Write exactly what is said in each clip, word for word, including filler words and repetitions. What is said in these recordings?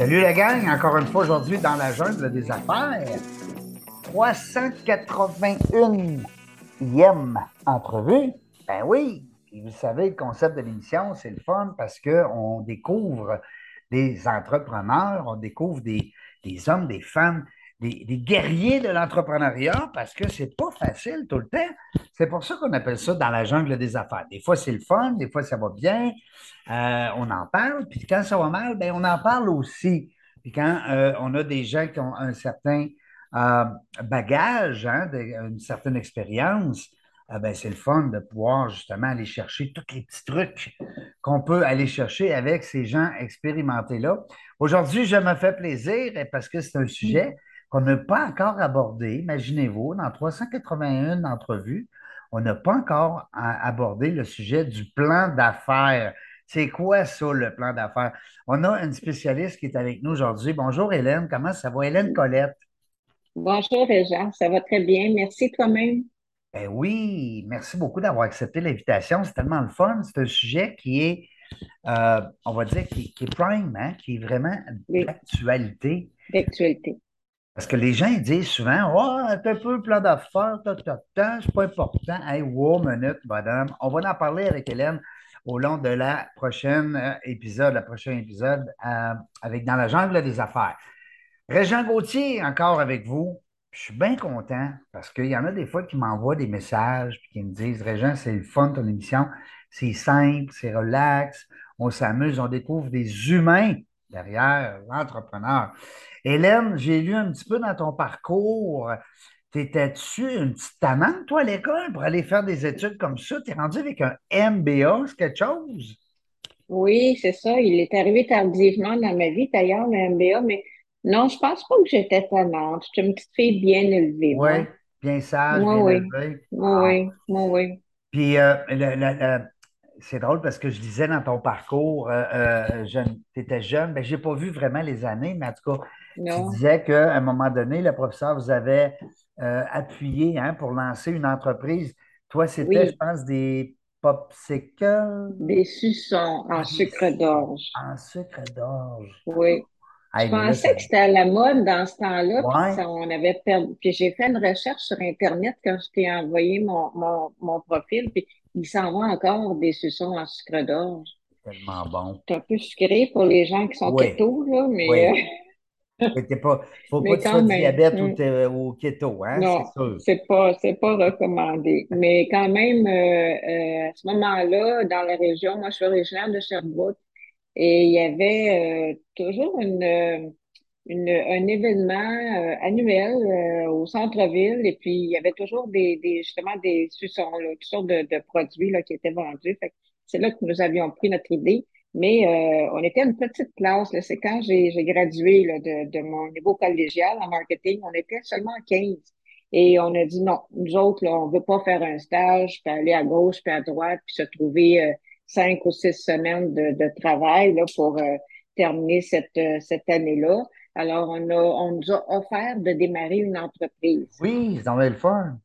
Salut la gang, encore une fois aujourd'hui dans la jungle des affaires. trois cent quatre-vingt-unième entrevue. Ben oui, puis vous savez, le concept de l'émission, c'est le fun parce qu'on découvre des entrepreneurs, on découvre des, des hommes, des femmes, des, des guerriers de l'entrepreneuriat parce que c'est pas facile tout le temps. C'est pour ça qu'on appelle ça dans la jungle des affaires. Des fois, c'est le fun, des fois, ça va bien, euh, on en parle, puis quand ça va mal, ben, on en parle aussi. Puis quand euh, on a des gens qui ont un certain euh, bagage, hein, de- une certaine expérience, euh, ben, c'est le fun de pouvoir justement aller chercher tous les petits trucs qu'on peut aller chercher avec ces gens expérimentés-là. Aujourd'hui, je me fais plaisir eh, parce que c'est un sujet qu'on n'a pas encore abordé. Imaginez-vous, dans trois cent quatre-vingt-un entrevues, on n'a pas encore a- abordé le sujet du plan d'affaires. C'est quoi ça, le plan d'affaires? On a une spécialiste qui est avec nous aujourd'hui. Bonjour Hélène, comment ça va? Hélène Colette. Bonjour, Réjean. Ça va très bien. Merci toi-même. Ben oui, merci beaucoup d'avoir accepté l'invitation. C'est tellement le fun. C'est un sujet qui est, euh, on va dire, qui, qui est prime, hein, qui est vraiment Oui, d'actualité. d'actualité. Parce que les gens ils disent souvent, oh, t'as un peu le plan d'affaires, t'as, t'as, t'as, c'est pas important. Hey, wow, minute, madame. On va en parler avec Hélène au long de la prochaine euh, épisode, la prochaine épisode euh, avec Dans la jungle des affaires. Régent Gauthier, encore avec vous. Je suis bien content parce qu'il y en a des fois qui m'envoient des messages puis qui me disent, Régent, c'est le fun ton émission. C'est simple, c'est relax, on s'amuse, on découvre des humains derrière l'entrepreneur. Hélène, j'ai lu un petit peu dans ton parcours. T'étais-tu une petite tannante, toi, à l'école, pour aller faire des études comme ça? T'es rendu avec un M B A, c'est quelque chose? Oui, c'est ça. Il est arrivé tardivement dans ma vie, d'ailleurs, le M B A, mais non, je pense pas que j'étais tannante. J'étais une petite fille bien élevée, Oui, moi. bien sage, Moi, bien oui. élevé. Moi, Ah. oui. Moi, oui. Puis, euh, le- le- le- c'est drôle parce que je disais dans ton parcours, euh, euh, jeune, tu étais jeune, mais je n'ai pas vu vraiment les années, mais en tout cas, tu Non. disais qu'à un moment donné, le professeur vous avait euh, appuyé hein, pour lancer une entreprise. Toi, c'était, je Oui. pense, des popsicles, Des suçons en ah, des sucre sucres d'orge. en sucre d'orge. Oui. Je Hey, mais là, pensais ça. que c'était à la mode dans ce temps-là, puis que Ouais, ça, on avait perdu. Puis j'ai fait une recherche sur Internet quand je t'ai envoyé mon, mon, mon profil, puis il s'en va encore des suçons en sucre d'orge. tellement bon. C'est un peu sucré pour les gens qui sont Oui, keto, là, mais, oui. euh, Il ne faut pas mais que tu quand sois même. diabète ou, Hmm. t'es- ou keto, hein, c'est Non, sûr. c'est pas, c'est pas recommandé. Mais quand même, euh, euh, à ce moment-là, dans la région, moi, je suis originaire de Sherbrooke, et il y avait euh, toujours une, euh, une, un événement euh, annuel euh, au centre-ville, et puis il y avait toujours des, des justement des suçons, là, toutes sortes de, de produits là, qui étaient vendus. Fait que c'est là que nous avions pris notre idée. Mais euh, on était une petite classe. Là. C'est quand j'ai j'ai gradué là, de, de mon niveau collégial en marketing, on était seulement quinze. Et on a dit non, nous autres, là, on veut pas faire un stage, puis aller à gauche, puis à droite, puis se trouver euh, cinq ou six semaines de, de travail là, pour euh, terminer cette, euh, cette année-là. Alors, on a, on nous a offert de démarrer une entreprise. Oui, c'est en le fun.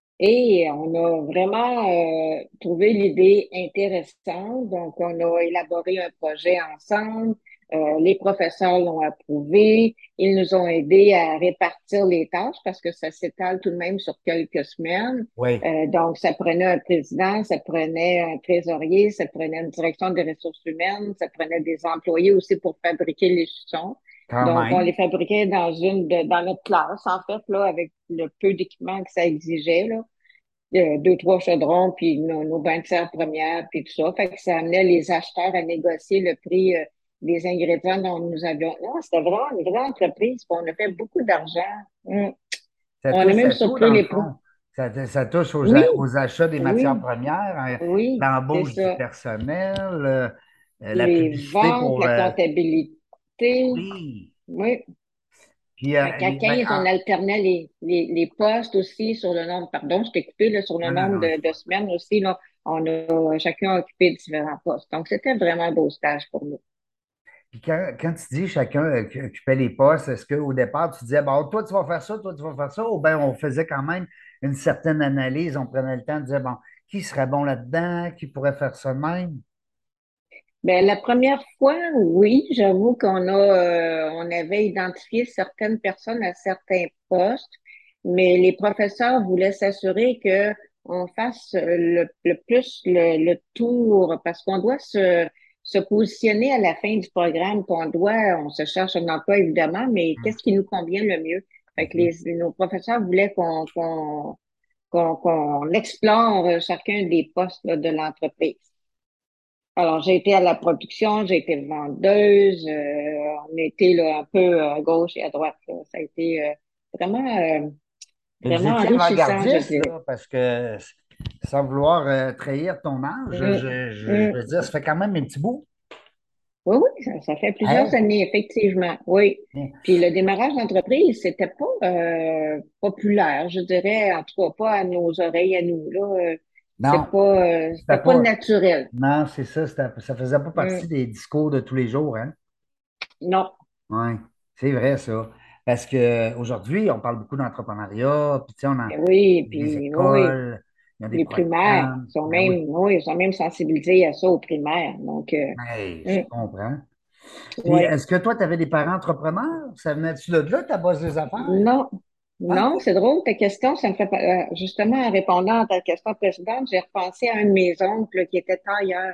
Et on a vraiment euh, trouvé l'idée intéressante. Donc, on a élaboré un projet ensemble. Euh, les professeurs l'ont approuvé. Ils nous ont aidés à répartir les tâches parce que ça s'étale tout de même sur quelques semaines. Oui, Euh, donc, ça prenait un président, ça prenait un trésorier, ça prenait une direction des ressources humaines, ça prenait des employés aussi pour fabriquer les sous. quand Donc, on même. les fabriquait dans une de, dans notre classe, en fait, là, avec le peu d'équipement que ça exigeait, là. Euh, deux, trois chaudrons, puis nos, nos bains de serre première, puis tout ça. Fait que ça amenait les acheteurs à négocier le prix euh, des ingrédients dont nous avions. Non, c'était vraiment une vraie entreprise, puis on a fait beaucoup d'argent. Mm. Ça On a touche même à tout, surpris dans le les pros. fond. Ça, ça touche aux, Oui, a- aux achats des matières oui, premières, hein, oui, c'est l'embauche du ça. personnel, euh, euh, la Les publicité ventes, pour... la euh, comptabilité. oui. Oui. Puis, euh, Fait qu'à les- ben, quinze, on en- alternait les, les, les postes aussi sur le nombre, pardon, je t'ai coupé, là, sur le non, non, nombre non. de, de semaines aussi, là. On a chacun occupé différents postes. Donc, c'était vraiment un beau stage pour nous. Puis quand, quand tu dis chacun euh, qui occupait les postes, est-ce qu'au départ, tu disais, bon, toi, tu vas faire ça, toi, tu vas faire ça, ou bien on faisait quand même une certaine analyse, on prenait le temps de dire, bon, qui serait bon là-dedans, qui pourrait faire ça de même? Ben, la première fois, oui, j'avoue qu'on a, euh, on avait identifié certaines personnes à certains postes, mais les professeurs voulaient s'assurer que on fasse le, le plus le, le tour parce qu'on doit se, se positionner à la fin du programme, qu'on doit, on se cherche un emploi évidemment, mais qu'est-ce qui nous convient le mieux? Fait que Mhm. les, nos professeurs voulaient qu'on, qu'on, qu'on, qu'on explore chacun des postes là, de l'entreprise. Alors, j'ai été à la production, j'ai été vendeuse, euh, on était là un peu à gauche et à droite, là. Ça a été euh, vraiment, euh, Mais vous vraiment étiez enrichissant, je avant-gardiste, dirais. là, parce que sans vouloir euh, trahir ton âge, je, Mm, je, je mm. veux dire, ça fait quand même un petit bout. Oui, oui, ça, ça fait plusieurs Hein? années, effectivement, oui. Puis le démarrage d'entreprise, c'était pas euh, populaire, je dirais, en tout cas pas à nos oreilles, à nous, là. Euh, Non, c'est pas, euh, c'était c'était pas pas. naturel. Non, c'est ça, c'était- ça faisait pas Mm, partie des discours de tous les jours, hein? non, Oui, c'est vrai, ça. Parce qu'aujourd'hui, on parle beaucoup d'entrepreneuriat, puis tu sais, on a mais oui, des puis oui. écoles, il y a des Les primaires programmes. sont Ben oui, même, oui, ils sont même sensibilisés à ça aux primaires. Donc, euh, hey, je hum, comprends. Puis, ouais. est-ce que toi, tu avais des parents entrepreneurs? Ça venait-tu de là, ta bosse des affaires? Non, Ah, non, OK. c'est drôle ta question. Ça me fait pas- euh, justement en répondant à ta question précédente, j'ai repensé à un de mes oncles qui était tailleur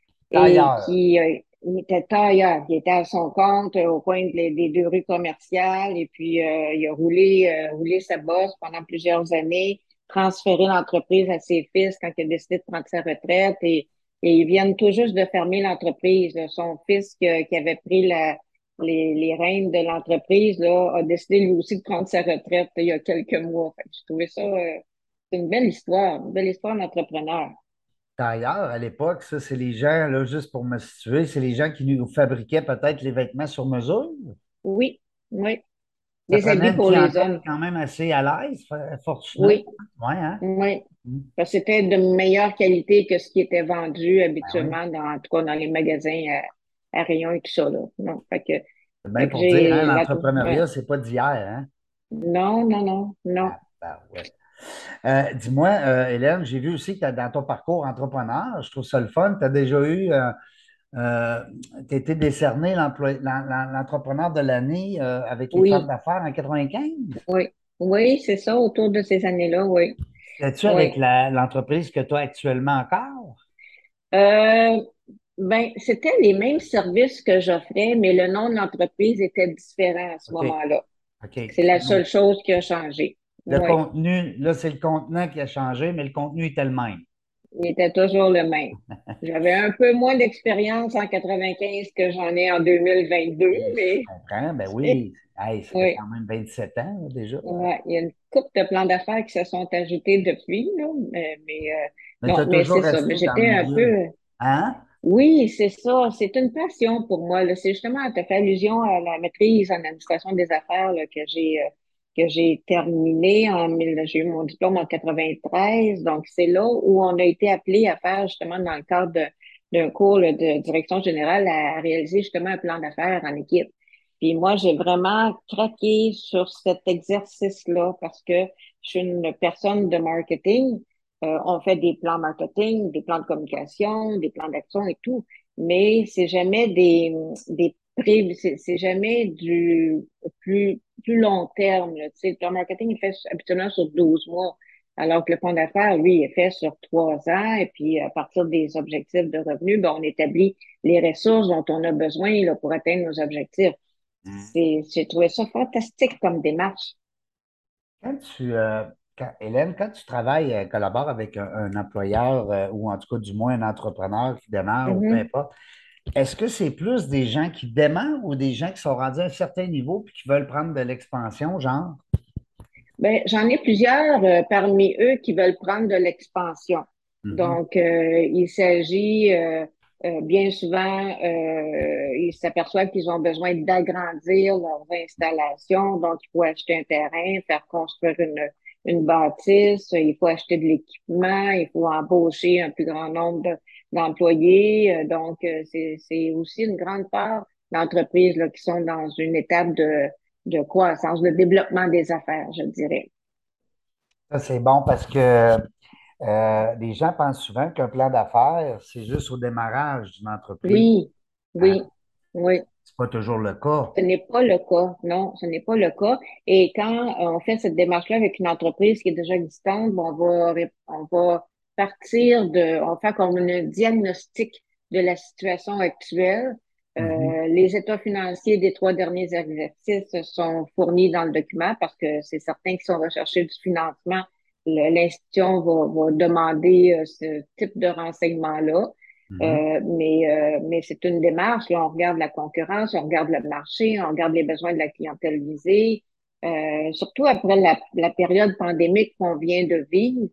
et Ailleurs. qui euh, il était tailleur. Il était à son compte euh, au coin des, des deux rues commerciales et puis euh, il a roulé, euh, roulé sa bosse pendant plusieurs années, transféré l'entreprise à ses fils quand il a décidé de prendre sa retraite et, et ils viennent tout juste de fermer l'entreprise, là. Son fils qui, qui avait pris la, les, les rênes de l'entreprise là, a décidé lui aussi de prendre sa retraite il y a quelques mois. Fait que j'ai trouvé ça, euh, c'est une belle histoire, une belle histoire d'entrepreneur. Tailleur, à l'époque, ça, c'est les gens, là, juste pour me situer, c'est les gens qui nous fabriquaient peut-être les vêtements sur mesure. Oui, oui. Ça Des prenait habits une pour les clientèle hommes. quand même assez à l'aise, fa- fortunate. Oui, Oui, hein? oui. Mm. Parce que c'était de meilleure qualité que ce qui était vendu Ben oui. habituellement, dans, en tout cas dans les magasins à, à Rayon et tout ça, là. Non, fait que, C'est bien fait que pour dire, hein, j'ai la, ouais. l'entrepreneuriat, c'est pas d'hier, hein? Non, non, non, non. Ah, ben ouais. Euh, dis-moi, euh, Hélène, j'ai vu aussi que t'as- dans ton parcours entrepreneur, je trouve ça le fun, tu as déjà eu, euh, euh, tu été décerné l'emploi- l'en- l'en- l'entrepreneur de l'année euh, avec les femmes Oui, d'affaires en quatre-vingt-quinze. oui. Oui, c'est ça, autour de ces années-là, oui. Es-tu avec Oui. la- l'entreprise que tu as actuellement encore? Euh, ben, c'était les mêmes services que j'offrais, mais le nom de l'entreprise était différent à ce OK, moment-là. OK. C'est la Donc, seule chose qui a changé. le Oui. contenu, là, c'est le contenant qui a changé, mais le contenu était le même. Il était toujours le même. J'avais un peu moins d'expérience en quatre-vingt-quinze que j'en ai en deux mille vingt-deux, Et je mais comprends, ben oui. Hey, ça fait oui, quand même vingt-sept ans, là, déjà. ouais, il y a une couple de plans d'affaires qui se sont ajoutés depuis, là, mais, mais, euh, Mais tu non, as mais toujours c'est ça. Mais resté dans le j'étais un milieu. peu, Hein? oui, c'est ça. C'est une passion pour moi, là. C'est justement, tu as fait allusion à la maîtrise en administration des affaires, là, que j'ai, euh, que j'ai terminé en mille, j'ai eu mon diplôme en quatre-vingt-treize. Donc, c'est là où on a été appelé à faire, justement, dans le cadre de- d'un cours, là, de direction générale, à, à réaliser, justement, un plan d'affaires en équipe. Puis moi, j'ai vraiment craqué sur cet exercice-là parce que je suis une personne de marketing. Euh, on fait des plans marketing, des plans de communication, des plans d'action et tout, mais c'est jamais des, des pré- c'est c'est jamais du plus, plus long terme, là. Tu sais, le plan marketing est fait habituellement sur douze mois, alors que le plan d'affaires, lui, est fait sur trois ans, et puis à partir des objectifs de revenus, ben, on établit les ressources dont on a besoin là, pour atteindre nos objectifs. Hmm. C'est, j'ai trouvé ça fantastique comme démarche. Quand tu, euh, quand- Hélène, quand tu travailles, euh, collabores avec un, un employeur euh, ou en tout cas du moins un entrepreneur qui démarre ou peu Mhm. importe, est-ce que c'est plus des gens qui démarrent ou des gens qui sont rendus à un certain niveau puis qui veulent prendre de l'expansion, genre? Ben, j'en ai plusieurs euh, parmi eux qui veulent prendre de l'expansion. Mhm. Donc, euh, il s'agit euh, euh, bien souvent, euh, ils s'aperçoivent qu'ils ont besoin d'agrandir leurs installations. Donc, il faut acheter un terrain, faire construire une, une bâtisse, il faut acheter de l'équipement, il faut embaucher un plus grand nombre de- d'employés. Euh, Donc, euh, c'est, c'est aussi une grande part d'entreprises là, qui sont dans une étape de de croissance, de développement des affaires, je dirais. Ça, c'est bon parce que Euh, les gens pensent souvent qu'un plan d'affaires, c'est juste au démarrage d'une entreprise. Oui, Hein? oui, oui. C'est pas toujours le cas. Ce n'est pas le cas. Non, ce n'est pas le cas. Et quand euh, on fait cette démarche-là avec une entreprise qui est déjà existante, bon, on va, ré- on va partir de, on va faire comme un diagnostic de la situation actuelle. Mhm. Euh, les états financiers des trois derniers exercices sont fournis dans le document parce que c'est certain qu'ils sont recherchés du financement. Le- L'institution va, va demander euh, ce type de renseignements-là. Mhm. Euh, mais euh, mais c'est une démarche. Là, on regarde la concurrence, on regarde le marché, on regarde les besoins de la clientèle visée. Euh, surtout après la, la période pandémique qu'on vient de vivre,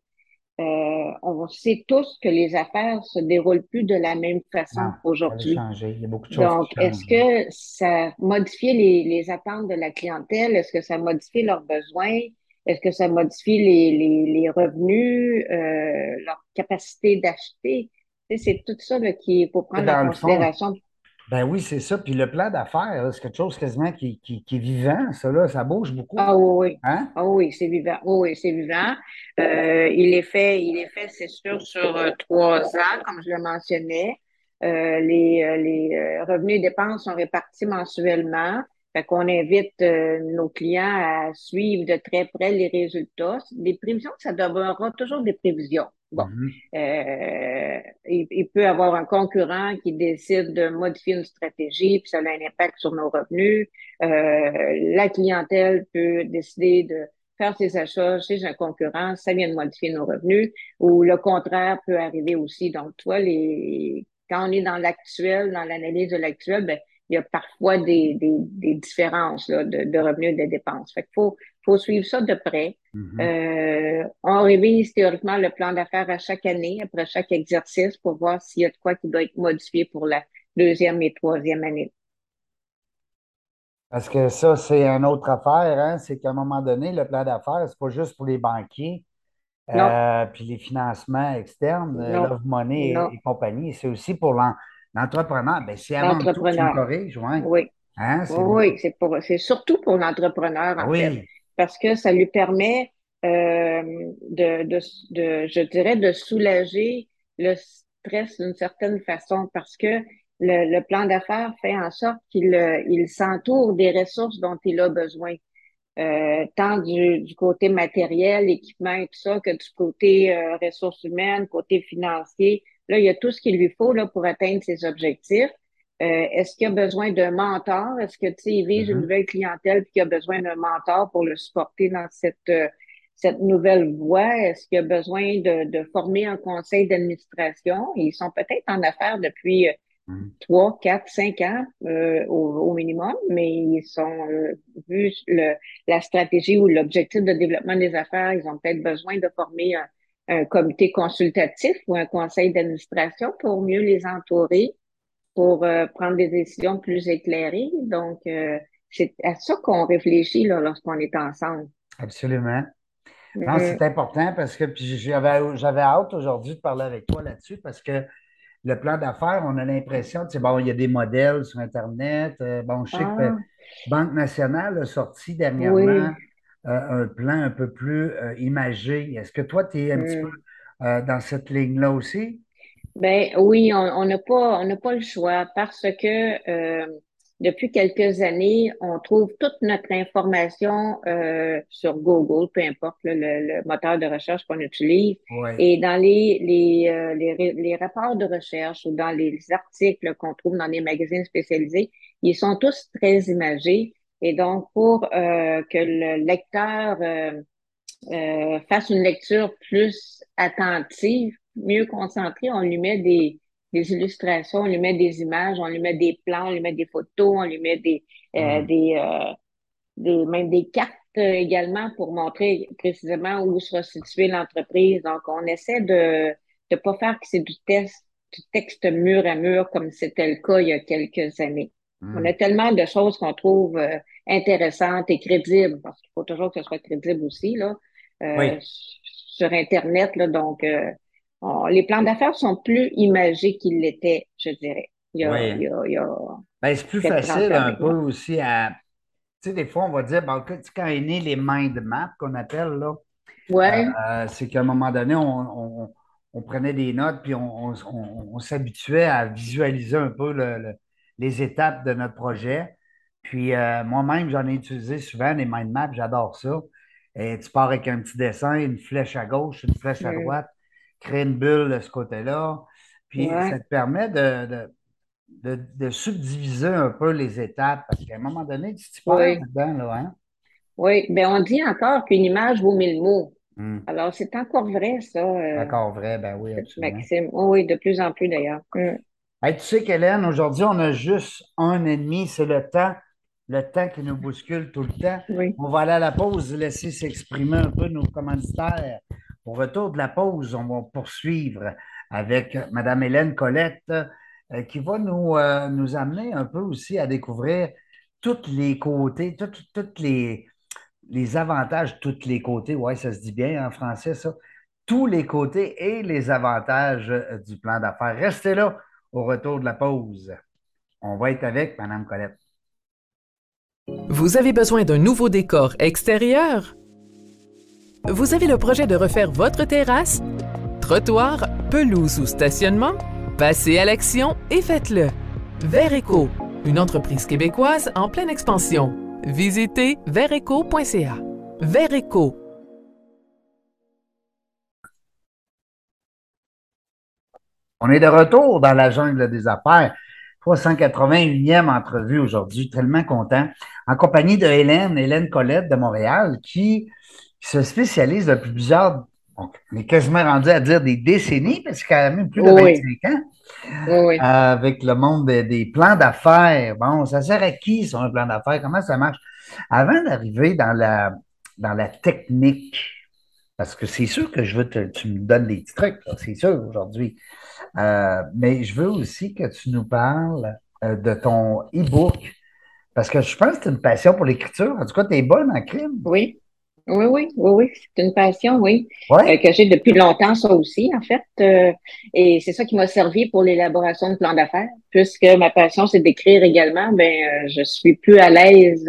euh, on sait tous que les affaires se déroulent plus de la même Non, façon ça va qu'aujourd'hui. changer. Il y a beaucoup de choses qui Donc, est-ce changent. que ça modifie les, les attentes de la clientèle? Est-ce que ça modifie leurs besoins? Est-ce que ça modifie les, les, les revenus, euh, leur capacité d'acheter? Tu sais, c'est tout ça là, qu'il faut Et prendre en dans le fond, considération. ben oui, c'est ça. Puis le plan d'affaires, là, c'est quelque chose quasiment qui, qui, qui est vivant, ça, là, ça bouge beaucoup. Ah oui, oui. Hein? Ah oui, c'est vivant. Oui, oui, c'est vivant. Euh, il est fait, il est fait, c'est sûr, sur euh, trois ans, comme je le mentionnais. Euh, les euh, les euh, revenus et dépenses sont répartis mensuellement. Fait qu'on invite euh, nos clients à suivre de très près les résultats. Les prévisions, ça demeurera toujours des prévisions. Bon. Mhm. Euh, il, il peut y avoir un concurrent qui décide de modifier une stratégie, puis ça a un impact sur nos revenus. Euh, la clientèle peut décider de faire ses achats chez un concurrent, ça vient de modifier nos revenus, ou le contraire peut arriver aussi. Donc, toi, les, quand on est dans l'actuel, dans l'analyse de l'actuel, ben, il y a parfois des, des, des différences là, de, de revenus et de dépenses. Fait qu'il faut, faut suivre ça de près. Mhm. Euh, on révise théoriquement le plan d'affaires à chaque année, après chaque exercice, pour voir s'il y a de quoi qui doit être modifié pour la deuxième et troisième année. Parce que ça, c'est une autre affaire, hein? C'est qu'à un moment donné, le plan d'affaires, c'est pas juste pour les banquiers, Non, euh, puis les financements externes, euh, non, Love Money non. et, et compagnie. C'est aussi pour l'en- l'entrepreneur. Ben, c'est avant tout, tu me L'entrepreneur. corriges, ouais. Oui. Hein? C'est le- Oui, c'est pour, c'est surtout pour l'entrepreneur, Ah en fait, oui. parce que ça lui permet euh, de, de, de, je dirais, de soulager le stress d'une certaine façon, parce que le, le plan d'affaires fait en sorte qu'il euh, il s'entoure des ressources dont il a besoin, euh, tant du, du côté matériel, équipement et tout ça, que du côté euh, ressources humaines, côté financier. Là, il y a tout ce qu'il lui faut là, pour atteindre ses objectifs. Euh, est-ce qu'il a besoin d'un mentor? Est-ce que, tu sais, il vise une Mhm. nouvelle clientèle puis qu'il a besoin d'un mentor pour le supporter dans cette, euh, cette nouvelle voie? Est-ce qu'il a besoin de, de former un conseil d'administration? Ils sont peut-être en affaires depuis euh, Mhm. trois, quatre, cinq ans euh, au, au minimum, mais ils sont, euh, vu le, la stratégie ou l'objectif de développement des affaires, ils ont peut-être besoin de former un, un comité consultatif ou un conseil d'administration pour mieux les entourer, pour euh, prendre des décisions plus éclairées. Donc, euh, c'est à ça qu'on réfléchit là, lorsqu'on est ensemble. Absolument. Non, c'est Mhm. important parce que puis j'avais, j'avais hâte aujourd'hui de parler avec toi là-dessus parce que le plan d'affaires, on a l'impression, tu sais, bon, il y a des modèles sur Internet. Euh, bon, je sais que Ah, Banque nationale a sorti dernièrement oui. euh, un plan un peu plus euh, imagé. Est-ce que toi, tu es un petit peu Mm. euh, dans cette ligne-là aussi? Ben oui, on on n'a pas on n'a pas le choix parce que euh, depuis quelques années, on trouve toute notre information euh, sur Google, peu importe là, le, le moteur de recherche qu'on utilise, Oui. et dans les les, euh, les ré- les rapports de recherche ou dans les articles qu'on trouve dans les magazines spécialisés, ils sont tous très imagés. Et donc pour euh, que le lecteur euh, euh, fasse une lecture plus attentive, mieux concentrée, on lui met des, des illustrations, on lui met des images, on lui met des plans, on lui met des photos, on lui met des, euh, Hmm. des, euh, des, même des cartes euh, également pour montrer précisément où sera située l'entreprise. Donc, on essaie de ne pas faire que c'est du test, du texte mur à mur comme c'était le cas il y a quelques années. On Hmm. a tellement de choses qu'on trouve euh, intéressantes et crédibles, parce qu'il faut toujours que ce soit crédible aussi, là, euh, Oui. sur Internet, là. Donc, euh, on- les plans d'affaires sont plus imagés qu'ils l'étaient, je dirais, il y a, Oui. il y a, il y a Ben, c'est plus près de trente facile ans un peu maintenant. aussi à. Tu sais, des fois, on va dire, bon, que- tu sais, quand est né les mind maps qu'on appelle, là, Ouais, Euh, c'est qu'à un moment donné, on, on- on prenait des notes, puis on, on- on- on s'habituait à visualiser un peu le- le- les étapes de notre projet. Puis euh, moi-même, j'en ai utilisé souvent, les mind maps, j'adore ça. Et tu pars avec un petit dessin, une flèche à gauche, une flèche à mm, droite, créer une bulle de ce côté-là. Puis ça ouais, te permet de, de, de- de subdiviser un peu les étapes, parce qu'à un moment donné, tu t'y perds oui, là-dedans, là, hein? oui. Ben, on dit encore qu'une image vaut mille mots. Hmm. Alors, c'est encore vrai, ça, euh, D'accord, vrai, ben oui, cette absolument. maxime. Oh, oui, de plus en plus, d'ailleurs. Mm, Hey, tu sais qu'Hélène, aujourd'hui, on a juste un ennemi, c'est le temps. Le temps qui nous bouscule tout le temps. oui. On va aller à la pause, laisser s'exprimer un peu nos commanditaires. Au retour de la pause, on va poursuivre avec Mme Hélène Colette, euh, qui va nous, euh, nous amener un peu aussi à découvrir tous les côtés, tous toutes les, les avantages, tous les côtés. Oui, ça se dit bien en français, ça. Tous les côtés et les avantages euh, du plan d'affaires. Restez là au retour de la pause. On va être avec Mme Colette. Vous avez besoin d'un nouveau décor extérieur? Vous avez le projet de refaire votre terrasse? Trottoir, pelouse ou stationnement? Passez à l'action et faites-le. Verreco, une entreprise québécoise en pleine expansion. Visitez verreco point c a. Verreco. On est de retour dans la jungle des affaires. trois cent quatre-vingt-unième entrevue aujourd'hui, tellement content, en compagnie de Hélène, Hélène Colette de Montréal, qui se spécialise depuis plusieurs, donc, on est quasiment rendu à dire des décennies, parce qu'elle a même plus de Oui, vingt-cinq ans, oui, oui. euh, avec le monde des, des plans d'affaires. Bon, ça sert à qui, sur un plan d'affaires? Comment ça marche? Avant d'arriver dans la, dans la technique, parce que c'est sûr que je veux que tu me donnes des petits trucs, là, c'est sûr aujourd'hui. Euh, mais je veux aussi que tu nous parles euh, de ton e-book, parce que je pense que tu as une passion pour l'écriture. En tout cas, tu es bonne en crime. Oui, oui, oui, oui, oui, c'est une passion, oui, Oui? euh, que j'ai depuis longtemps, ça aussi, en fait. Euh, et c'est ça qui m'a servi pour l'élaboration de plans d'affaires, puisque ma passion, c'est d'écrire également. Ben, euh, je suis plus à l'aise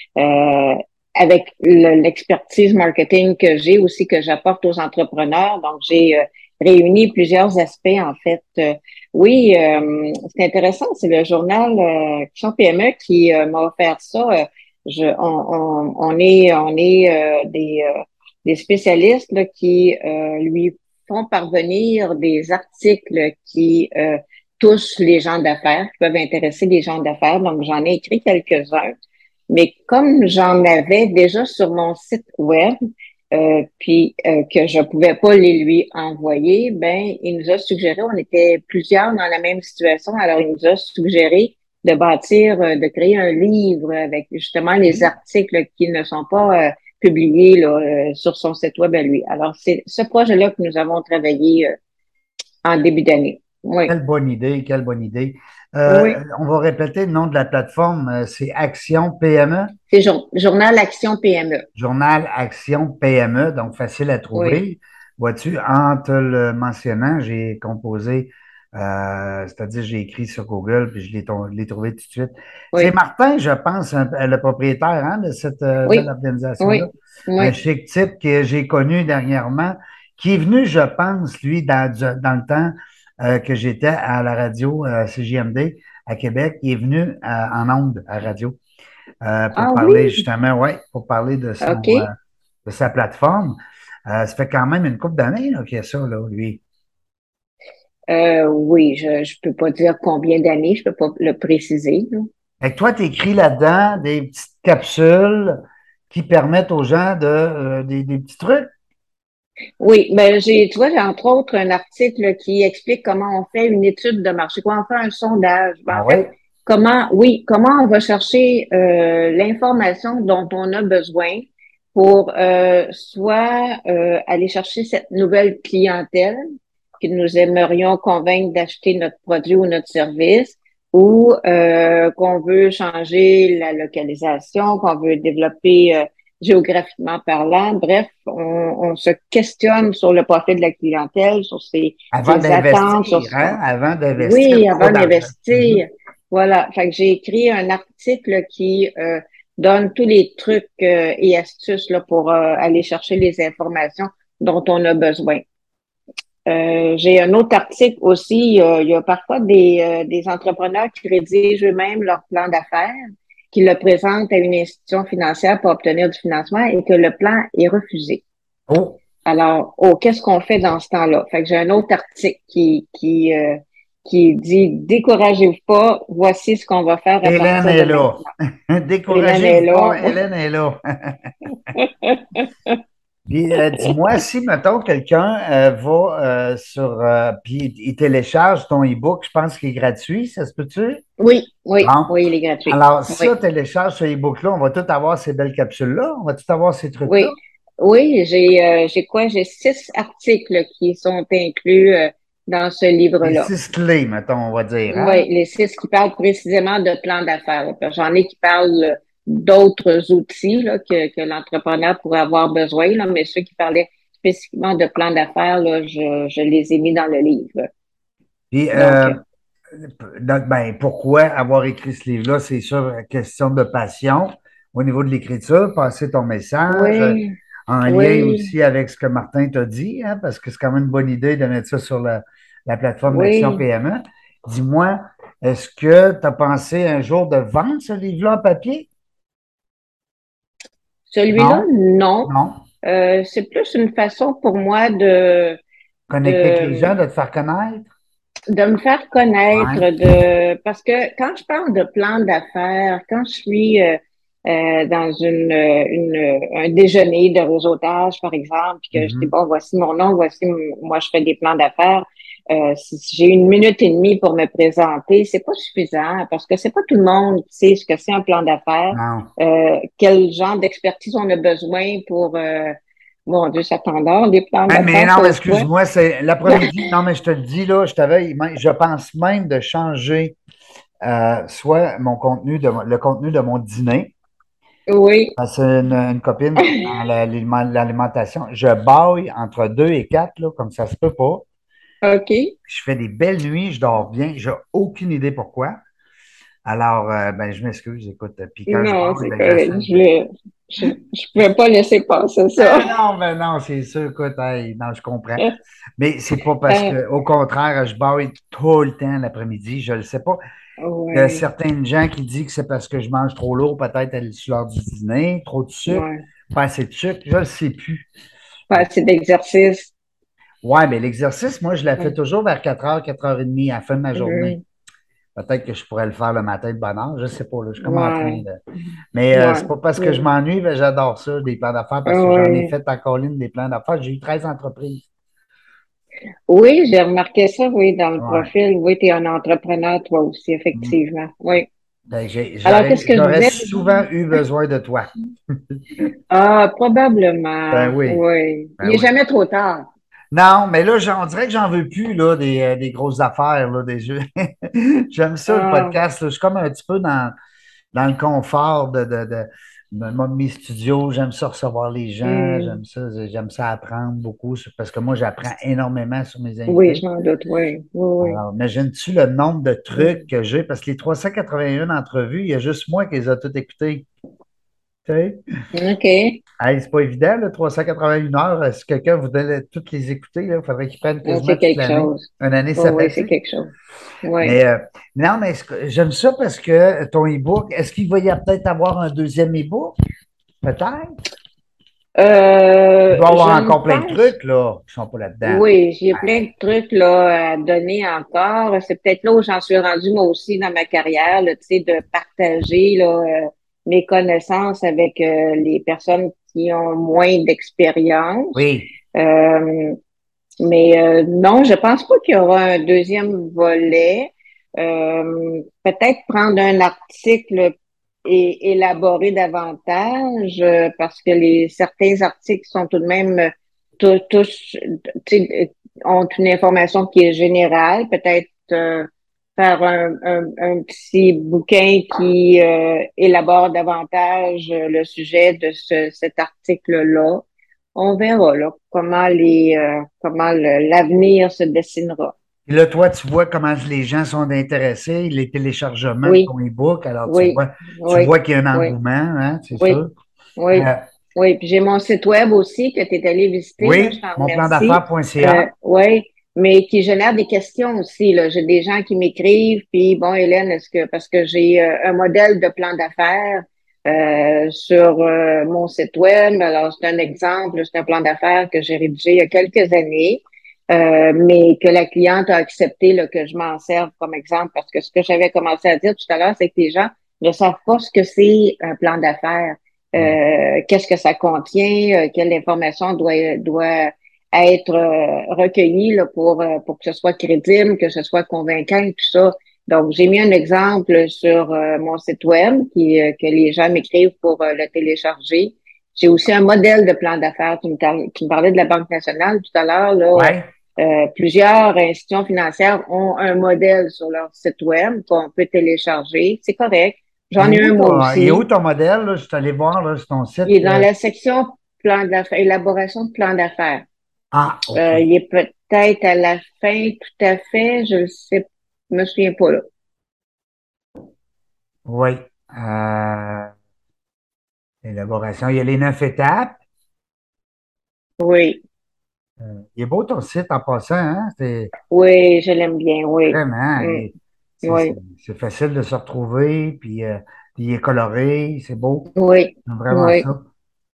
euh, avec le- l'expertise marketing que j'ai aussi, que j'apporte aux entrepreneurs. Donc, j'ai euh, réuni plusieurs aspects, en fait. Euh, oui, euh, c'est intéressant, c'est le journal euh, Action P M E qui euh, m'a offert ça. Euh, je, on, on, on est, on est euh, des, euh, des spécialistes là, qui euh, lui font parvenir des articles qui euh, touchent les gens d'affaires, qui peuvent intéresser les gens d'affaires. Donc, j'en ai écrit quelques-uns. Mais comme j'en avais déjà sur mon site web, euh, puis euh, que je pouvais pas les lui envoyer, ben il nous a suggéré, on était plusieurs dans la même situation, alors il nous a suggéré de bâtir, euh, de créer un livre avec justement les Oui. articles qui ne sont pas euh, publiés là, euh, sur son site web à lui. Alors, c'est ce projet-là que nous avons travaillé euh, en début d'année. Oui, Quelle bonne idée, quelle bonne idée. Euh, oui. on va répéter le nom de la plateforme, euh, c'est Action P M E, C'est Jour- Journal Action P M E. Journal Action P M E, donc facile à Oui. trouver. Vois-tu, en te le mentionnant, j'ai composé, euh, c'est-à-dire j'ai écrit sur Google, puis je l'ai ton- je l'ai trouvé tout de suite. C'est Oui, Martin, je pense, un- le propriétaire hein, de cette euh, belle oui, organisation-là. oui, Un oui. chic type que j'ai connu dernièrement, qui est venu, je pense, lui, dans, du- dans le temps euh, que j'étais à la radio euh, C J M D à Québec, il est venu euh, en ondes à radio euh, pour Ah parler oui, justement, ouais, pour parler de son euh, OK. de sa plateforme. Euh, ça fait quand même une couple d'années là, qu'il y a ça, là, lui. Euh, oui, je je peux pas dire combien d'années, je peux pas le préciser, là. Fait que toi, tu écris là-dedans des petites capsules qui permettent aux gens de euh, des, des petits trucs. Oui, ben j'ai, tu vois, j'ai entre autres un article qui explique comment on fait une étude de marché, comment on fait un sondage. Ben, Ah en fait, oui? comment, oui, comment on va chercher euh, l'information dont on a besoin pour euh, soit euh, aller chercher cette nouvelle clientèle que nous aimerions convaincre d'acheter notre produit ou notre service, ou euh, qu'on veut changer la localisation, qu'on veut développer euh, géographiquement parlant. Bref, on, on se questionne sur le profil de la clientèle, sur ses, Avant ses attentes, sur d'investir, ce hein? qu'on... Avant d'investir Oui, trop avant d'argent. Mhm. d'investir. Voilà. Fait que j'ai écrit un article qui euh, donne tous les trucs euh, et astuces là, pour euh, aller chercher les informations dont on a besoin. Euh, j'ai un autre article aussi. Euh, il y a parfois des, euh, des entrepreneurs qui rédigent eux-mêmes leur plan d'affaires, qui le présentent à une institution financière pour obtenir du financement et que le plan est refusé. Oh, Alors, oh, qu'est-ce qu'on fait dans ce temps-là? Fait que j'ai un autre article qui, qui, euh, qui dit découragez-vous pas, voici ce qu'on va faire à Hélène partir est de là. maintenant. Hélène est Découragez-vous là. pas, Hélène est là. Puis, euh, dis-moi, si, mettons, quelqu'un euh, va euh, sur, euh, puis il télécharge ton e-book, je pense qu'il est gratuit, ça se peut-tu? Oui, oui, Bon. oui, il est gratuit. Alors, si Oui, on télécharge ce e-book-là, on va tout avoir ces belles capsules-là, on va tout avoir ces trucs-là. oui, oui, j'ai, euh, j'ai quoi? J'ai six articles qui sont inclus euh, dans ce Les livre-là. six clés, mettons, on va dire, hein? Oui, les six qui parlent précisément de plan d'affaires. Là. Parce que j'en ai qui parlent euh, d'autres outils là, que, que l'entrepreneur pourrait avoir besoin, là, mais ceux qui parlaient spécifiquement de plan d'affaires, là, je, je les ai mis dans le livre. Puis, Donc, euh, donc, ben, pourquoi avoir écrit ce livre-là? C'est sûr, question de passion au niveau de l'écriture, passer ton message, euh, oui, en lien oui, aussi avec ce que Martin t'a dit, hein, parce que c'est quand même une bonne idée de mettre ça sur la, la plateforme d'Action oui. P M E. Dis-moi, est-ce que tu as pensé un jour de vendre ce livre-là en papier? Celui-là, Non? non. Non? Euh, c'est plus une façon pour moi de, Connecter avec les gens, de de te faire connaître? de me faire connaître, Ouais. de parce que quand je parle de plan d'affaires, quand je suis euh, euh, dans une, une un déjeuner de réseautage, par exemple, puis que je dis Mhm. bon, voici mon nom, voici m- moi je fais des plans d'affaires. Euh, si si j'ai une minute et demie pour me présenter, c'est pas suffisant parce que c'est pas tout le monde qui sait ce que c'est un plan d'affaires, Non. euh, quel genre d'expertise on a besoin pour euh, mon Dieu, ça t'endort, les plans Ah, mais d'affaires non, mais pour toi. excuse-moi, c'est l'après-midi. Non, mais je te le dis, là, je t'avais, je pense même de changer euh, soit mon contenu de mon- le contenu de mon dîner. Oui. Parce que c'est une, une copine qui est dans la- l'aliment- l'alimentation. Je baille entre deux et quatre, là, comme ça se peut pas. OK. Je fais des belles nuits, je dors bien. J'ai aucune idée pourquoi. Alors, euh, ben, je m'excuse, écoute. Puis quand je Non, baille, c'est ben, correct. j'essaie Je de. voulais, je, je pouvais pas laisser passer ça. Ben non, ben non, c'est sûr, écoute, hey, non, je comprends. Mais c'est pas parce Euh, que, au contraire, je baille tout le temps l'après-midi. Je le sais pas. Il y a ouais, certaines gens qui disent que c'est parce que je mange trop lourd, peut-être à l'heure du dîner, trop de sucre, ouais. pas assez de sucre, je ne sais plus. Pas assez d'exercice. Ouais, mais l'exercice, moi, je la fais Ouais. toujours vers quatre heures, quatre heures trente à la fin de ma journée. Mhm. Peut-être que je pourrais le faire le matin de bonne heure, je ne sais pas, là, je suis comme en train Ouais. de. Mais euh, Ouais. c'est pas parce que je Mhm. m'ennuie, mais j'adore ça, des plans d'affaires, parce que j'en ai Ouais. fait en colline des plans d'affaires. J'ai eu treize entreprises. Oui, j'ai remarqué ça, oui, dans le Ouais. profil. Oui, tu es un entrepreneur, toi aussi, Mm. effectivement. Oui. Ben, j'ai- Alors, j'aurais, qu'est-ce que je j'aurais disais? souvent eu besoin de toi. Ah, probablement. Ben oui. Oui. Il Ben n'est oui. jamais trop tard. Non, mais là, j'en- on dirait que j'en veux plus là, des, euh, des grosses affaires, là, des jeux. J'aime ça, le Ah, podcast. Là. Je suis comme un petit peu dans, dans le confort de, de, de, de mon- de mes studios. J'aime ça recevoir les gens. hmm. J'aime ça, j'aime ça apprendre beaucoup sur- parce que moi, j'apprends énormément sur mes Oui, invités. je m'en doute, oui. Oui, Alors, imagines-tu le nombre de trucs oui. que j'ai? Parce que les trois cent quatre-vingt-un entrevues, il y a juste moi qui les a toutes écoutées. Tu sais? Hmm. OK. Hey, c'est pas évident, là, trois cent quatre-vingt-un heures. Si quelqu'un voudrait toutes les écouter, là, il faudrait qu'il prenne Ah, quasiment c'est toute quelque l'année. chose. Une année Oui, oui, c'est sabbatique. quelque chose. Oui. Mais euh, non, mais ce que- j'aime ça parce que ton e-book, est-ce qu'il va y a peut-être avoir un deuxième e-book? Peut-être. Il Euh, doit y je avoir ne encore plein de pense, trucs, là, qui sont pas là-dedans. oui, j'ai plein de trucs là à donner encore. C'est peut-être là où j'en suis rendue moi aussi dans ma carrière, là, tu sais, de partager là, euh, mes connaissances avec euh, les personnes qui ont moins d'expérience. Oui. Euh, mais euh, non, je pense pas qu'il y aura un deuxième volet. Euh, peut-être prendre un article et élaborer davantage euh, parce que les certains articles sont tout de même euh, tous, tous, tu sais, ont une information qui est générale. Peut-être euh, faire un, un, un petit bouquin qui euh, élabore davantage euh, le sujet de ce, cet article-là. On verra là comment les euh, comment le- l'avenir se dessinera. Et là, toi, tu vois comment les gens sont intéressés, les téléchargements de Oui, ton e-book. Alors, tu oui, vois, tu oui, vois qu'il y a un oui, engouement, hein, c'est oui, sûr. oui, Euh, oui. Puis j'ai mon site web aussi que tu es allé visiter, là, je oui, t'en mon plan remercie. Euh, d'affaires.ca. oui, mais qui génère des questions aussi, là. J'ai des gens qui m'écrivent, puis bon, Hélène, est-ce que parce que j'ai euh, un modèle de plan d'affaires euh, sur euh, mon site web. Alors, c'est un exemple, c'est un plan d'affaires que j'ai rédigé il y a quelques années. Euh, mais que la cliente a accepté là, que je m'en serve comme exemple parce que ce que j'avais commencé à dire tout à l'heure, c'est que les gens ne savent pas ce que c'est un plan d'affaires. Ouais. Euh, qu'est-ce que ça contient, euh, quelle information doit, doit être euh, recueillie là, pour, euh, pour que ce soit crédible, que ce soit convaincant, tout ça. Donc, j'ai mis un exemple sur euh, mon site web qui, euh, que les gens m'écrivent pour euh, le télécharger. J'ai aussi un modèle de plan d'affaires. Tu me, par- tu me parlais de la Banque nationale tout à l'heure. Là, Ouais. euh, plusieurs institutions financières ont un modèle sur leur site web qu'on peut télécharger. C'est correct. Il J'en est ai où, un moi ton, il est où aussi. ton modèle, là? Je suis allé voir là, sur ton Il site. est dans euh, la section plan d'affaires, élaboration de plan d'affaires. Ah, OK. Euh, il est peut-être à la fin, tout à fait. Je ne sais, je me souviens pas là. Oui. Euh, élaboration. Il y a les neuf étapes. Oui, Euh, il est beau ton site en passant, hein? C'est oui, je l'aime bien. Oui, vraiment, il Mm. est- c'est oui, c'est- c'est facile de se retrouver, puis, euh, puis il est coloré, c'est beau. oui, J'aime vraiment oui, ça.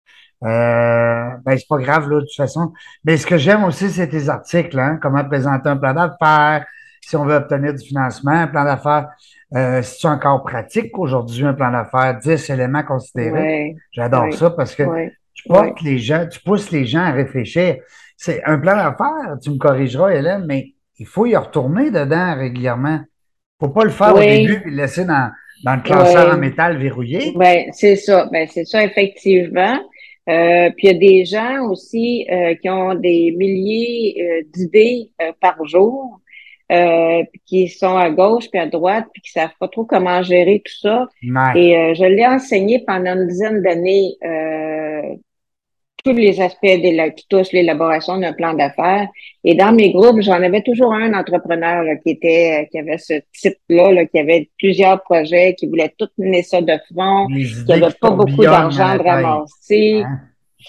Euh, ben, c'est pas grave, là, de toute façon. Mais ce que j'aime aussi, c'est tes articles, hein? Comment présenter un plan d'affaires, si on veut obtenir du financement, un plan d'affaires. Euh, si c'est encore pratique aujourd'hui, un plan d'affaires, dix éléments considérés. oui, J'adore oui, ça parce que oui, tu oui, portes les gens, tu pousses les gens à réfléchir. C'est un plan d'affaires, tu me corrigeras, Hélène, mais il faut y retourner dedans régulièrement. Faut pas le faire au début oui, et le laisser dans, dans le classeur en oui. métal verrouillé. Ben, c'est ça. Ben, c'est ça, effectivement. Euh, puis il y a des gens aussi euh, qui ont des milliers euh, d'idées euh, par jour, euh, puis qui sont à gauche puis à droite, puis qui savent pas trop comment gérer tout ça. Ouais. Et euh, je l'ai enseigné pendant une dizaine d'années, euh, tous les aspects d'éla- qui touchent l'élaboration d'un plan d'affaires. Et dans mes groupes, j'en avais toujours un entrepreneur là, qui était, euh, qui avait ce type-là, là, qui avait plusieurs projets, qui voulait tout mener ça de front, Les qui idées avait qui pas beaucoup tourbillonnent dans d'argent la de tête. ramasser. Hein?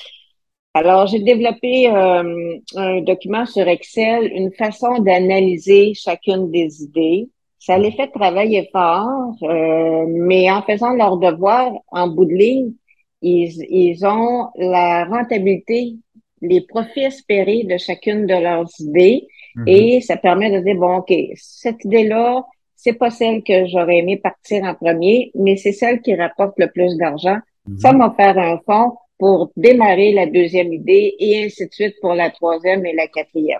Alors, j'ai développé euh, un document sur Excel, une façon d'analyser chacune des idées. Ça les fait travailler fort, euh, mais en faisant leur devoir en bout de ligne, ils, ils ont la rentabilité, les profits espérés de chacune de leurs idées Mhm. et ça permet de dire, bon, OK, cette idée-là, c'est pas celle que j'aurais aimé partir en premier, mais c'est celle qui rapporte le plus d'argent. Ça Mhm. m'a fait un fonds pour démarrer la deuxième idée et ainsi de suite pour la troisième et la quatrième.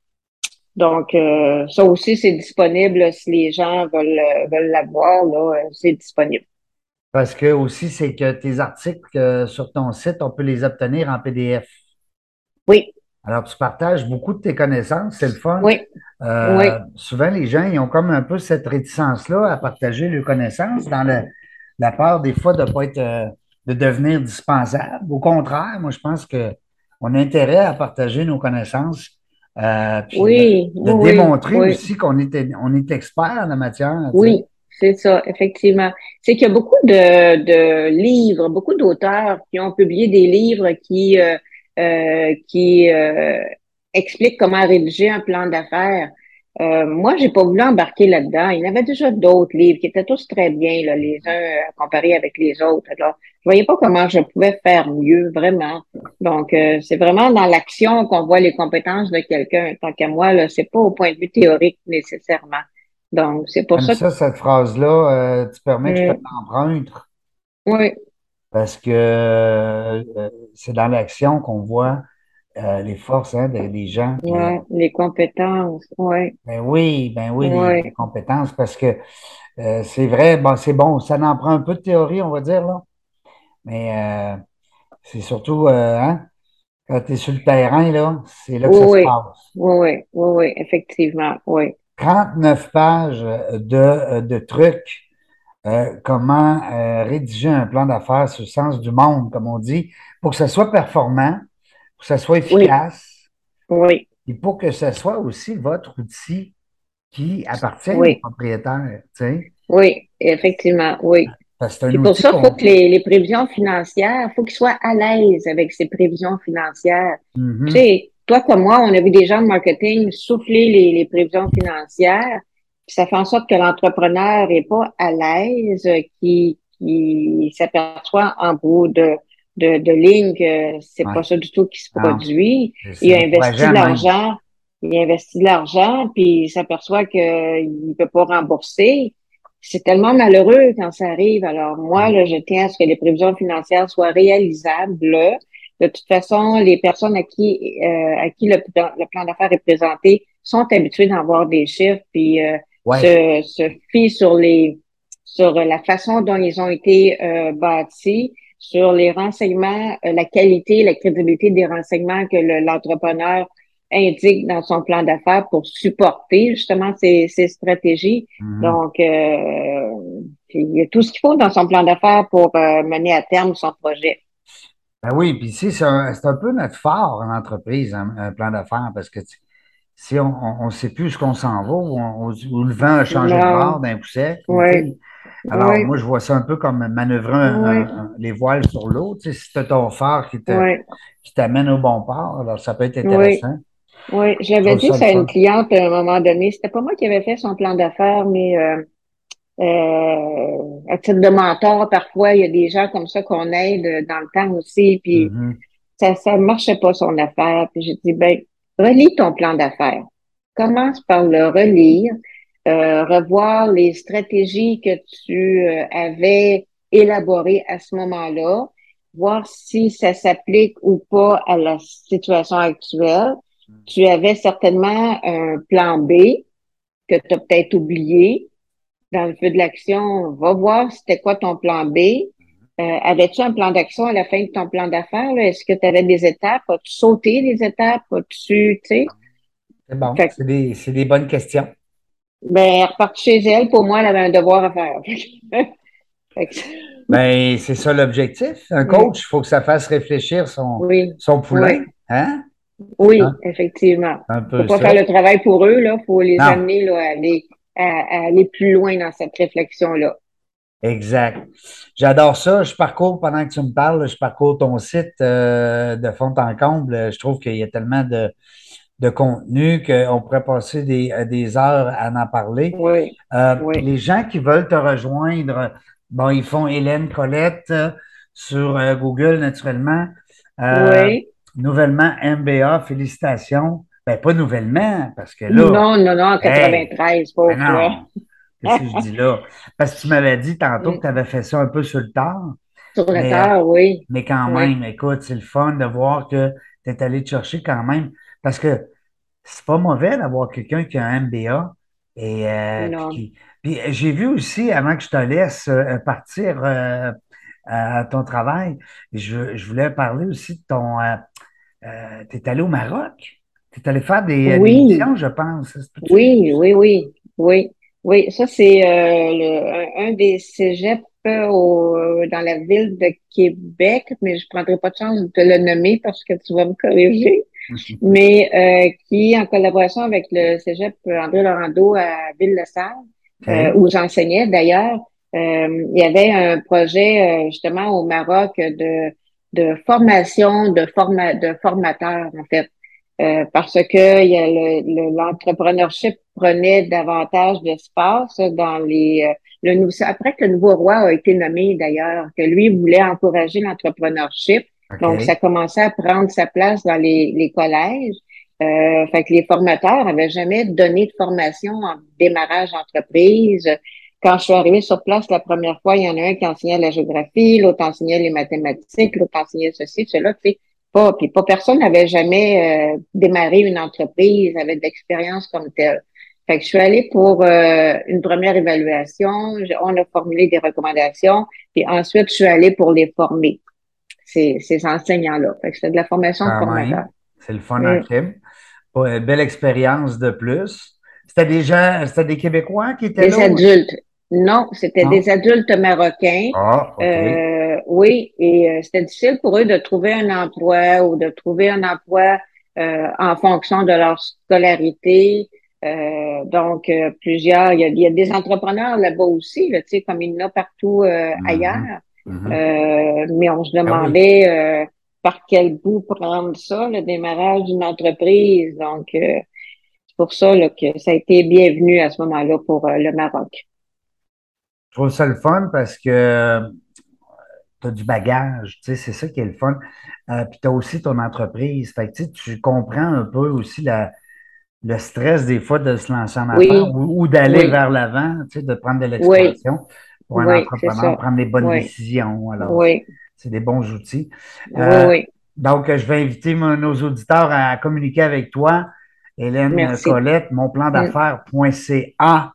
Donc, euh, ça aussi, c'est disponible là, si les gens veulent, euh, veulent l'avoir, là, euh, c'est disponible. Parce que aussi, c'est que tes articles euh, sur ton site, on peut les obtenir en P D F. Oui, Alors, tu partages beaucoup de tes connaissances, c'est le fun. oui, Euh, oui, souvent, les gens, ils ont comme un peu cette réticence-là à partager leurs connaissances dans le- la peur des fois de ne pas être, euh, de devenir dispensable. Au contraire, moi, je pense que on a intérêt à partager nos connaissances, euh, puis de, oui, de oui, démontrer oui, aussi qu'on est, on est expert en la matière, tu sais. oui, c'est ça, effectivement. C'est qu'il y a beaucoup de, de livres, beaucoup d'auteurs qui ont publié des livres qui, euh, euh, qui euh, expliquent comment rédiger un plan d'affaires. Euh, moi, j'ai pas voulu embarquer là-dedans. Il y en avait déjà d'autres livres qui étaient tous très bien, là, les uns euh, comparés avec les autres. Alors, je voyais pas comment je pouvais faire mieux, vraiment. Donc, euh, c'est vraiment dans l'action qu'on voit les compétences de quelqu'un. Tant qu'à moi, là, c'est pas au point de vue théorique nécessairement. Donc, c'est pour J'aime ça que ça, cette phrase-là, euh, tu permets que je te Mm, l'emprunte oui, parce que euh, c'est dans l'action qu'on voit euh, les forces hein, des, des gens. Puis, euh, ouais, les compétences, oui, ben oui, ben oui, les, les oui, compétences, parce que euh, c'est vrai, bon, c'est bon, ça en prend un peu de théorie, on va dire, là, mais euh, c'est surtout euh, hein, quand tu es sur le terrain, là, c'est là que ça se oui, passe. oui, oui, oui, oui, effectivement, oui, Trente-neuf pages de, euh, de trucs, euh, comment euh, rédiger un plan d'affaires sur le sens du monde, comme on dit, pour que ça soit performant, pour que ça soit oui, efficace, oui, et pour que ce soit aussi votre outil. qui appartiennent aux Oui, propriétaires, tu sais. oui, effectivement, oui. Parce que c'est un Puis pour outil ça, il faut qu'on... que les, les prévisions financières, il faut qu'ils soient à l'aise avec ces prévisions financières. Tu Mhm. sais, toi comme moi, on a vu des gens de marketing souffler les, les prévisions financières, puis ça fait en sorte que l'entrepreneur est pas à l'aise, euh, qui, qui s'aperçoit en bout de, de, de ligne que c'est pas Ouais. ça du tout qui se Non, produit. c'est c'est Il a investi de décourageant même. l'argent, il investit de l'argent, puis il s'aperçoit qu'il ne peut pas rembourser. C'est tellement malheureux quand ça arrive. Alors moi, là, je tiens à ce que les prévisions financières soient réalisables. Là. De toute façon, les personnes à qui euh, à qui le, plan- le plan d'affaires est présenté sont habituées d'en voir des chiffres, puis euh, Ouais. se, se fient sur les sur la façon dont ils ont été euh, bâtis, sur les renseignements, euh, la qualité, la crédibilité des renseignements que le- l'entrepreneur indique dans son plan d'affaires pour supporter justement ces, ces stratégies. Mhm. Donc, euh, il y a tout ce qu'il faut dans son plan d'affaires pour euh, mener à terme son projet. Ben oui, puis tu sais, c'est un, c'est un peu notre phare en entreprise, un, un plan d'affaires, parce que tu- si on ne sait plus ce qu'on s'en va, ou, on- ou le vent a changé de bord Non, d'un coup sec, ou tu oui, sais, alors oui, moi, je vois ça un peu comme manœuvrer un- oui, un- un- les voiles sur l'eau. Tu sais, si tu as ton phare qui te, oui, qui t'amène au bon port, alors ça peut être oui, intéressant. oui. Je J'avais trouve dit ça le ça à une fun. cliente à un moment donné. C'était pas moi qui avais fait son plan d'affaires, mais euh, euh, à titre de mentor, parfois, il y a des gens comme ça qu'on aide dans le temps aussi, puis Mhm. ça, ça marchait pas son affaire. Puis j'ai dit, ben, relis ton plan d'affaires. Commence par le relire, euh, revoir les stratégies que tu euh, avais élaborées à ce moment-là, voir si ça s'applique ou pas à la situation actuelle. Tu avais certainement un plan B que tu as peut-être oublié dans le feu de l'action. Va voir c'était quoi ton plan B. Euh, avais-tu un plan d'action à la fin de ton plan d'affaires, là? Est-ce que tu avais des étapes? As-tu sauté des étapes? As-tu, tu sais? C'est bon, Fait que, c'est des, c'est des bonnes questions. ben, elle est repartie chez elle. Pour moi, elle avait un devoir à faire. Fait que, Ben, c'est ça l'objectif. Un mm, coach, il faut que ça fasse réfléchir son, oui, son poulain, oui, hein? oui, Hein? effectivement. Un Faut peu pas faire ça. le travail pour eux, là. Faut les Non, amener, là, à aller, à, à aller plus loin dans cette réflexion-là. exact. J'adore ça. Je parcours, pendant que tu me parles, je parcours ton site euh, de fond en comble. Je trouve qu'il y a tellement de, de contenu qu'on pourrait passer des, euh, des heures à en parler. Oui, Euh, oui, les gens qui veulent te rejoindre, bon, ils font Hélène Colette euh, sur euh, Google, naturellement. Euh, oui. Nouvellement M B A, félicitations. Ben, pas nouvellement, parce que là, Non, non, non, en hey, quatre-vingt-treize, ben pauvre toi. non, qu'est-ce que je dis là? Parce que tu m'avais dit tantôt que Mm. tu avais fait ça un peu sur le tard, Sur le mais, euh, tard, oui. mais quand Oui. même, écoute, c'est le fun de voir que tu es allé te chercher quand même, parce que c'est pas mauvais d'avoir quelqu'un qui a un M B A. Et euh, puis, Non. qui- puis, euh, j'ai vu aussi, avant que je te laisse euh, partir euh, à ton travail, je, je voulais parler aussi de ton. Euh, tu es allé au Maroc. Tu es allé faire des, des Oui, missions, je pense. Ça se peut-tu? oui, oui, oui, oui, oui. Ça, c'est euh, le, un, un des cégeps euh, au, dans la ville de Québec, mais je prendrai pas de chance de te le nommer parce que tu vas me corriger. Mais euh, qui, en collaboration avec le cégep André Laurando à Ville-le-Sage, euh, OK. où j'enseignais d'ailleurs, euh, il y avait un projet euh, justement au Maroc de, de formation de, forma, de formateurs, en fait. Euh, parce que il y a le, le- l'entrepreneurship prenait davantage d'espace dans les euh, le nou- après que le nouveau roi a été nommé d'ailleurs, que lui voulait encourager l'entrepreneurship. Donc, ça OK. commençait à prendre sa place dans les, les collèges. Euh, fait que les formateurs n'avaient jamais donné de formation en démarrage d'entreprise. Quand je suis arrivée sur place la première fois, il y en a un qui enseignait la géographie, l'autre enseignait les mathématiques, l'autre enseignait ceci, cela, tu sais. Pas, puis pas personne n'avait jamais euh, démarré une entreprise, avait de l'expérience comme telle. Fait que je suis allée pour euh, une première évaluation. Je- On a formulé des recommandations, puis ensuite je suis allée pour les former ces, ces enseignants-là. Fait que c'était de la formation de Quand formateurs. même. C'est le fun en Mm. crime. Pas- Belle expérience de plus. C'était des gens, c'était des Québécois qui étaient Des là? Ou- adultes. Non, c'était des Non? adultes marocains. Ah, OK. Euh, oui, et euh, c'était difficile pour eux de trouver un emploi ou de trouver un emploi euh, en fonction de leur scolarité. Euh, donc, euh, plusieurs, il y a, il y a des entrepreneurs là-bas aussi, là, tu sais, comme il y en a partout euh, Mhm. ailleurs. Mhm. Euh, mais on se Ah oui. demandait euh, par quel bout prendre ça, le démarrage d'une entreprise. Donc, euh, c'est pour ça là, que ça a été bienvenu à ce moment-là pour euh, le Maroc. Je trouve ça le fun parce que tu as du bagage, tu sais, c'est ça qui est le fun. Euh, puis tu as aussi ton entreprise. Fait que, tu sais, tu comprends un peu aussi la, le stress des fois de se lancer en affaires Oui, ou, ou d'aller oui, vers l'avant, tu sais, de prendre de oui, l'expansion pour un oui, c'est entrepreneur, ça. prendre les bonnes Oui, décisions. Alors, oui, c'est des bons outils. oui, Euh, oui. donc, je vais inviter mon- nos auditeurs à communiquer avec toi, Hélène Merci. Colette, mon plan Mm, d'affaires point c a.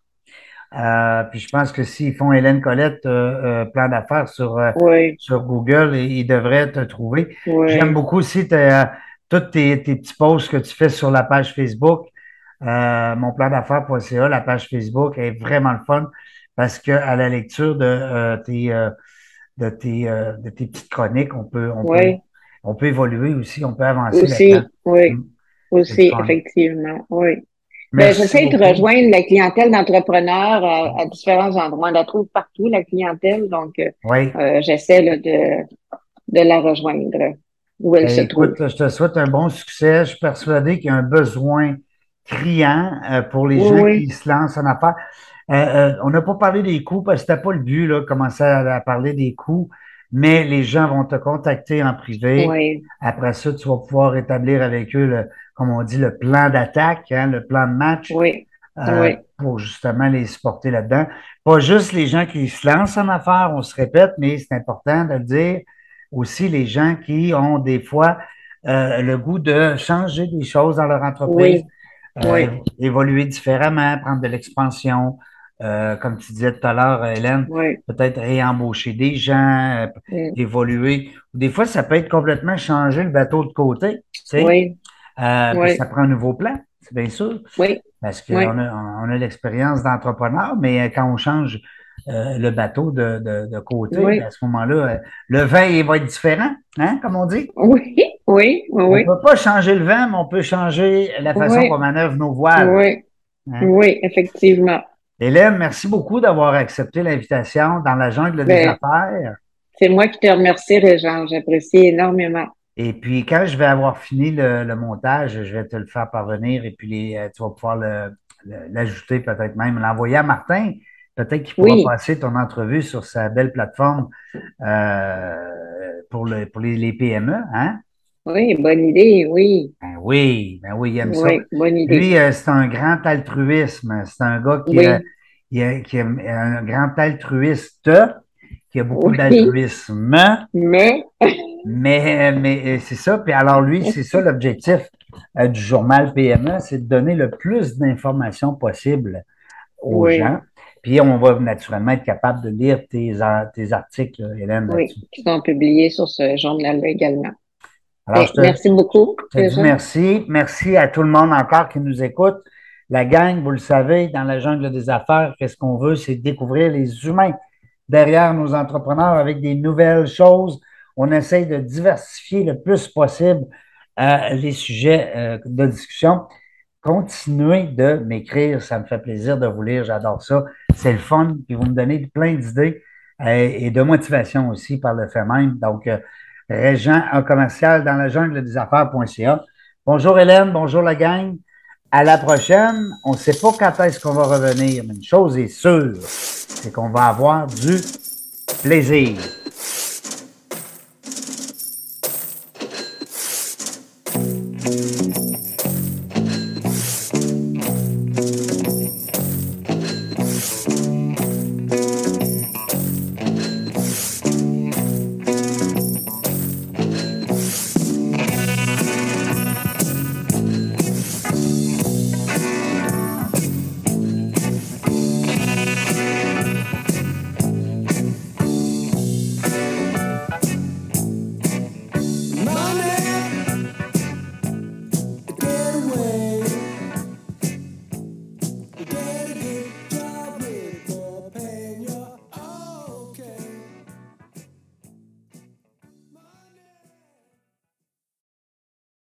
Euh, puis je pense que s'ils font Hélène Colette, euh, euh, plan d'affaires sur, euh, oui, sur Google, ils, ils devraient te trouver. J'aime oui, beaucoup aussi tes, euh, tous tes, tes petits posts que tu fais sur la page Facebook. Euh, mon plan d'affaires point c a, la page Facebook est vraiment le fun parce qu'à la lecture de, euh, tes, euh, de, tes, euh, de tes petites chroniques, on peut, on peut, oui. on peut évoluer aussi, on peut avancer là-dedans. Aussi, oui, Mm, c'est le aussi, fun. effectivement, oui. Ben, Merci j'essaie de beaucoup. rejoindre la clientèle d'entrepreneurs à, à différents endroits. On la trouve partout, la clientèle, donc euh, Oui. euh, j'essaie là, de, de la rejoindre où elle Ben, se trouve. écoute, je te souhaite un bon succès. Je suis persuadé qu'il y a un besoin criant euh, pour les Oui, gens oui, qui se lancent en affaires. Euh, euh, on n'a pas parlé des coûts parce que c'était pas le but, là, commencer à, à parler des coûts, mais les gens vont te contacter en privé. oui, Après ça, tu vas pouvoir établir avec eux, le, comme on dit, le plan d'attaque, hein, le plan de match oui, euh, oui, pour justement les supporter là-dedans. Pas juste les gens qui se lancent en affaires, on se répète, mais c'est important de le dire, aussi les gens qui ont des fois euh, le goût de changer des choses dans leur entreprise, oui, euh, oui, évoluer différemment, prendre de l'expansion. Euh, comme tu disais tout à l'heure, Hélène, oui, peut-être réembaucher des gens, euh, mm, évoluer. Des fois, ça peut être complètement changer le bateau de côté, tu sais, oui, euh, puis oui, ça prend un nouveau plan, c'est bien sûr. oui, Parce qu'on oui, a, on a l'expérience d'entrepreneur, mais quand on change euh, le bateau de, de, de côté, ben oui, à ce moment-là, euh, le vent il va être différent, hein, comme on dit. oui, oui, On ne oui, peut pas changer le vent, mais on peut changer la façon qu'on oui, manœuvre nos voiles. oui, Hein. oui, effectivement. Hélène, merci beaucoup d'avoir accepté l'invitation dans la jungle des Ben, affaires. c'est moi qui te remercie, Régent. J'apprécie énormément. Et puis, quand je vais avoir fini le, le montage, je vais te le faire parvenir et puis les, euh, tu vas pouvoir le- le- l'ajouter peut-être même, l'envoyer à Martin. Peut-être qu'il pourra Oui, passer ton entrevue sur sa belle plateforme euh, pour, le, pour les, les P M E. Hein? oui, bonne idée, oui. Ben oui, ben oui, il aime ça. Oui, bonne idée. Lui, euh, c'est un grand altruisme. C'est un gars qui, a, Oui, il a- qui a un grand altruiste, qui a beaucoup oui, d'altruisme. mais, Mais, mais c'est ça. Puis alors, lui, c'est ça l'objectif euh, du journal P M E, c'est de donner le plus d'informations possible aux oui, gens. Puis on va naturellement être capable de lire tes, ar- tes articles, Hélène, oui, là-dessus. qui sont publiés sur ce journal-là également. Alors, Ben, je te, merci beaucoup, je te dis Régent. merci. Merci à tout le monde encore qui nous écoute. La gang, vous le savez, dans la jungle des affaires, qu'est-ce qu'on veut, c'est découvrir les humains derrière nos entrepreneurs avec des nouvelles choses. On essaye de diversifier le plus possible euh, les sujets euh, de discussion. Continuez de m'écrire, ça me fait plaisir de vous lire, j'adore ça. C'est le fun, puis vous me donnez plein d'idées euh, et de motivation aussi par le fait même. Donc, euh, Régent en commercial dans la jungle des affaires.ca. Bonjour Hélène, bonjour la gang. À la prochaine. On ne sait pas quand est-ce qu'on va revenir, mais une chose est sûre, c'est qu'on va avoir du plaisir.